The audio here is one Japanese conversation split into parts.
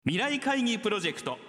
未来会議プロジェクト。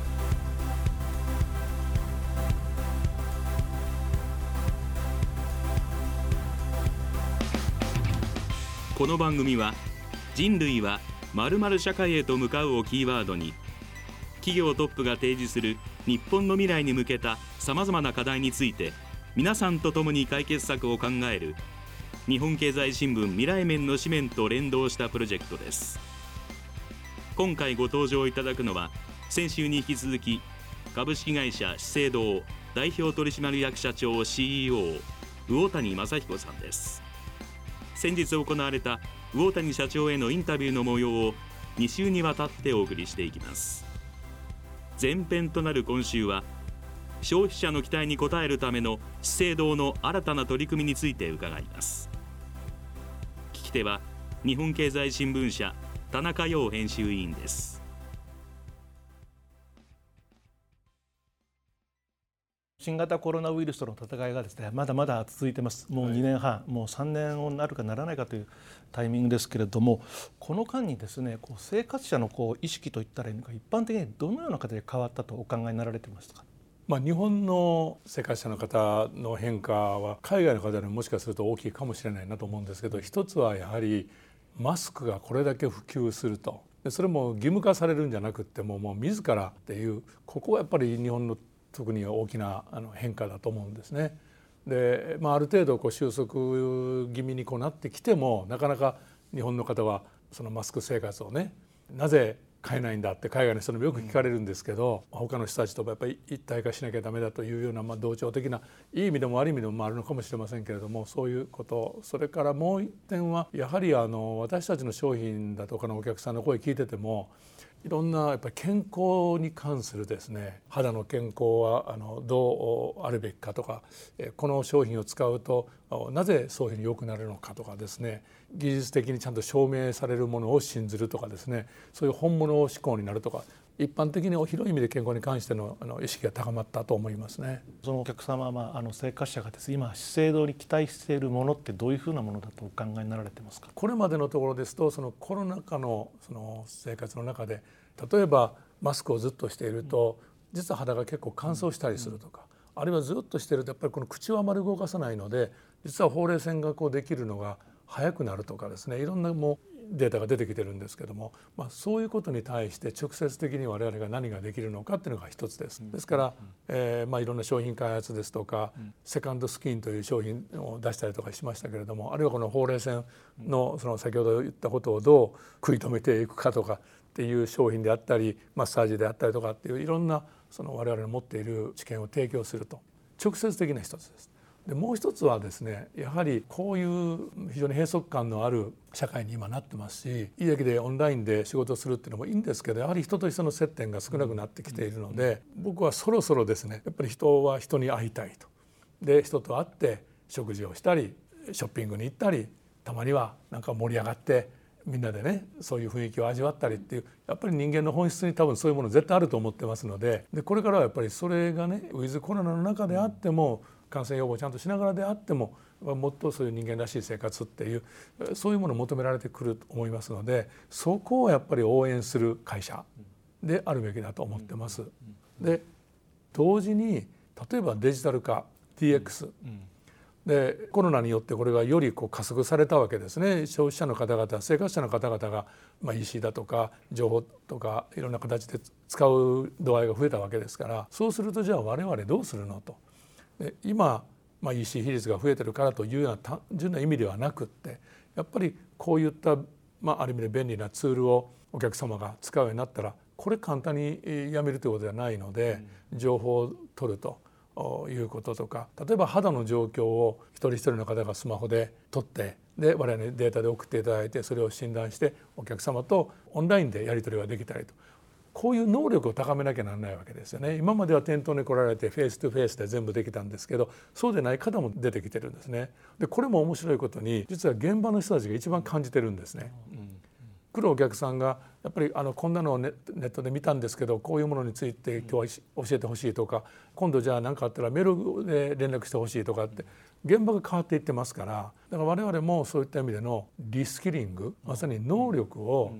この番組は人類は〇〇社会へと向かうをキーワードに、企業トップが提示する日本の未来に向けたさまざまな課題について皆さんと共に解決策を考える日本経済新聞未来面の紙面と連動したプロジェクトです。今回ご登場いただくのは、先週に引き続き株式会社資生堂代表取締役社長 CEO 魚谷正彦さんです。先日行われた魚谷社長へのインタビューの模様を2週にわたってお送りしていきます。前編となる今週は、消費者の期待に応えるための資生堂の新たな取り組みについて伺います。聞き手は日本経済新聞社田中陽編集委員です。 新型コロナウイルスとの戦いがですね、まだまだ続いてます。もう2年半、もう3年になるかならないかというタイミングですけれども、この間にですね、生活者の意識といったらいいのか、一般的にどのような形で変わったとお考えになられてますか？ 日本の生活者の方の変化は海外の方よりもしかすると大きいかもしれないなと思うんですけど、一つはやはりマスクがこれだけ普及すると、それも義務化されるんじゃなくってもう自らっていう、ここはやっぱり日本の特に大きな変化だと思うんですね。で、ある程度収束気味になってきても、なかなか日本の方はそのマスク生活をね、なぜ変えないんだって海外の人にもよく聞かれるんですけど、他の人たちとやっぱり一体化しなきゃダメだというような、同調的ないい意味でも悪い意味でもあるのかもしれませんけれども、そういうこと。それからもう一点はやはり私たちの商品だとかのお客さんの声聞いてても、いろんなやっぱり健康に関するですね、肌の健康はどうあるべきかとか、この商品を使うとなぜそういうふうに良くなるのかとかですね、技術的にちゃんと証明されるものを信ずるとかですね、そういう本物志向になるとか、一般的に広い意味で健康に関しての意識が高まったと思いますね。 そのお客様、生活者がですね、今資生堂に期待しているものってどういうふうなものだとお考えになられてますか？ これまでのところですと、そのコロナ禍の生活の中で、例えばマスクをずっとしていると実は肌が結構乾燥したりするとか、あるいはずっとしているとやっぱりこの口をあまり動かさないので、実はほうれい線ができるのが早くなるとかですね、いろんなデータが出てきてるんですけども、そういうことに対して直接的に我々が何ができるのかっていうのが一つです。ですから、いろんな商品開発ですとか、セカンドスキンという商品を出したりとかしましたけれども、あるいはこのほうれい線の先ほど言ったことをどう食い止めていくかとかっていう商品であったり、マッサージであったりとかっていういろんな我々の持っている知見を提供すると、直接的な一つです。でもう一つはですね、やはりこういう非常に閉塞感のある社会に今なってますし、いい駅でオンラインで仕事をするっていうのもいいんですけど、やはり人と人の接点が少なくなってきているので、僕はそろそろですね、やっぱり人は人に会いたいと。で、人と会って食事をしたりショッピングに行ったり、たまには盛り上がってみんなでね、そういう雰囲気を味わったりっていう、やっぱり人間の本質に多分そういうもの絶対あると思ってますので、これからはやっぱりそれがね、ウィズコロナの中であっても感染予防をちゃんとしながらであっても、もっとそういう人間らしい生活っていう、そういうものを求められてくると思いますので、そこをやっぱり応援する会社であるべきだと思ってます。で、同時に例えばデジタル化 DX で、コロナによってこれがより加速されたわけですね。消費者の方々、生活者の方々がEC だとか情報とかいろんな形で使う度合いが増えたわけですから、そうするとじゃあ我々どうするのと。で、今、EC 比率が増えてるからというような単純な意味ではなくって、やっぱりこういった、ある意味で便利なツールをお客様が使うようになったら、これ簡単にやめるということではないので、情報を取るということとか、例えば肌の状況を一人一人の方がスマホで撮って、で我々にデータで送っていただいて、それを診断してお客様とオンラインでやり取りができたりと、こういう能力を高めなきゃならないわけですよね。今までは店頭に来られてフェイストゥフェイスで全部できたんですけど、そうでない方も出てきてるんですね。で、これも面白いことに、実は現場の人たちが一番感じてるんですね。来るお客さんがやっぱりこんなのをネットで見たんですけど、こういうものについて今日は教えてほしいとか、今度じゃあ何かあったらメールで連絡してほしいとかって、現場が変わっていってますから、だから我々もそういった意味でのリスキリング、まさに能力を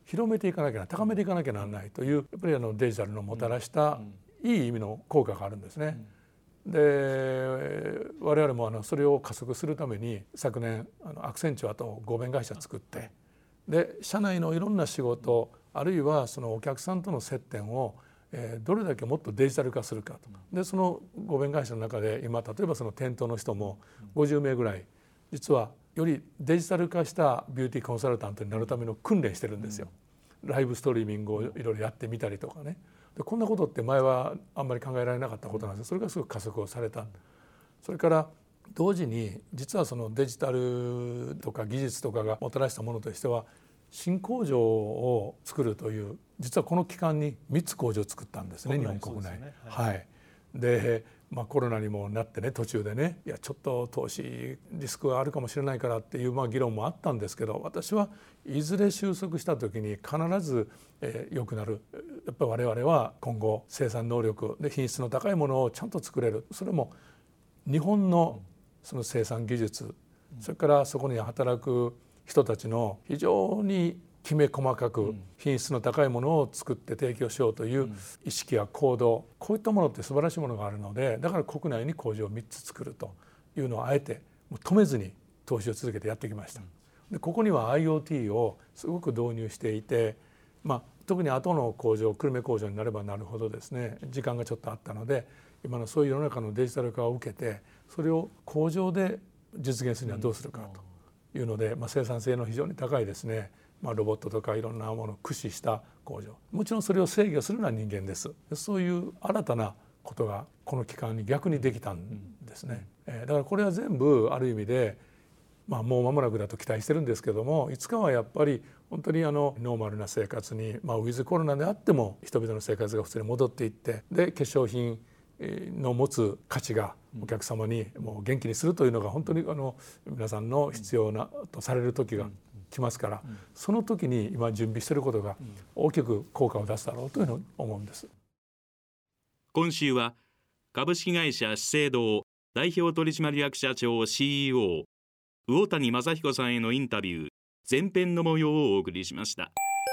広めていかなきゃな高めていかなきゃならないというやっぱりデジタルのもたらしたいい意味の効果があるんですね。で我々もそれを加速するために昨年アクセンチュアと合弁会社作って、で社内のいろんな仕事あるいはそのお客さんとの接点をどれだけもっとデジタル化するかと。でその合弁会社の中で今例えばその店頭の人も50名ぐらい実はよりデジタル化したビューティーコンサルタントになるための訓練してるんですよ。ライブストリーミングをいろいろやってみたりとかね。でこんなことって前はあんまり考えられなかったことなんですけど、それがすごく加速をされた。それから同時に実はそのデジタルとか技術とかがもたらしたものとしては新工場を作るという実はこの期間に3つ工場を作ったんですね、日本国内。はい。でコロナにもなってね途中でねいやちょっと投資リスクがあるかもしれないからっていう議論もあったんですけど、私はいずれ収束した時に必ず良くなる。やっぱり我々は今後生産能力で品質の高いものをちゃんと作れる。それも日本のその生産技術、それからそこに働く人たちの非常にきめ細かく品質の高いものを作って提供しようという意識や行動、こういったものって素晴らしいものがあるので、だから国内に工場を3つ作るというのをあえてもう止めずに投資を続けてやってきました。でここには IoT をすごく導入していて、特に後の工場久留米工場になればなるほどですね時間がちょっとあったので、今のそういう世の中のデジタル化を受けてそれを工場で実現するにはどうするかというので、生産性の非常に高いですねロボットとかいろんなものを駆使した工場、もちろんそれを制御するのは人間です。そういう新たなことがこの期間に逆にできたんですね。だからこれは全部ある意味で、もう間もなくだと期待してるんですけども、いつかはやっぱり本当にノーマルな生活に、ウィズコロナであっても人々の生活が普通に戻っていって、で化粧品の持つ価値がお客様にもう元気にするというのが本当に皆さんの必要なとされる時が来ますから、その時に今準備していることが大きく効果を出すだろうというふうに思うんです。 今週は株式会社資生堂代表取締役社長 CEO 魚谷正彦さんへのインタビュー前編の模様をお送りしました。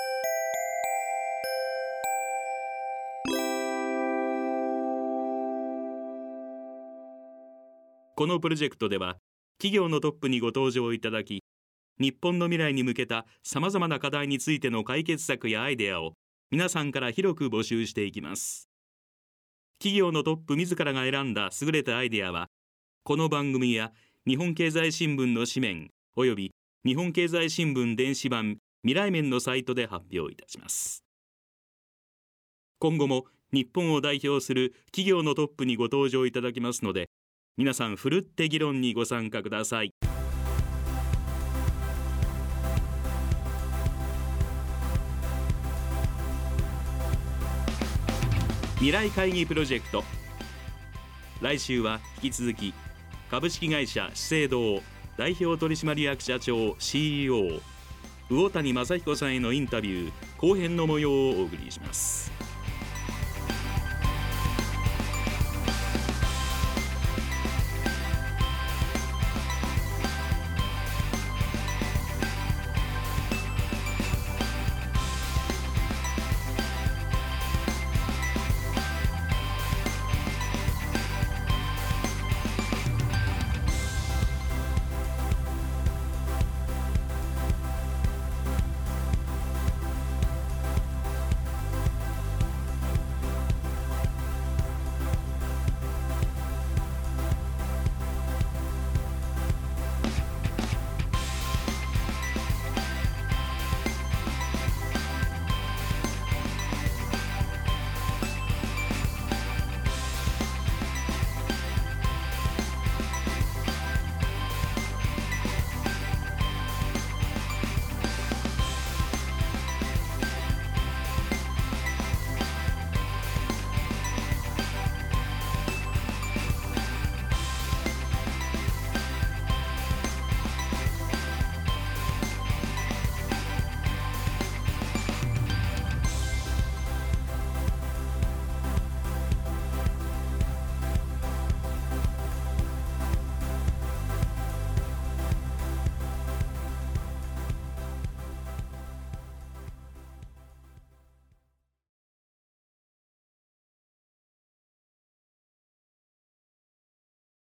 このプロジェクトでは企業のトップにご登場いただき、日本の未来に向けたさまざまな課題についての解決策やアイデアを皆さんから広く募集していきます。企業のトップ自らが選んだ優れたアイデアは、この番組や日本経済新聞の紙面および日本経済新聞電子版未来面のサイトで発表いたします。今後も日本を代表する企業のトップにご登場いただきますので、皆さんふるって議論にご参加ください。未来会議プロジェクト、来週は引き続き株式会社資生堂代表取締役社長 CEO 魚谷正彦さんへのインタビュー後編の模様をお送りします。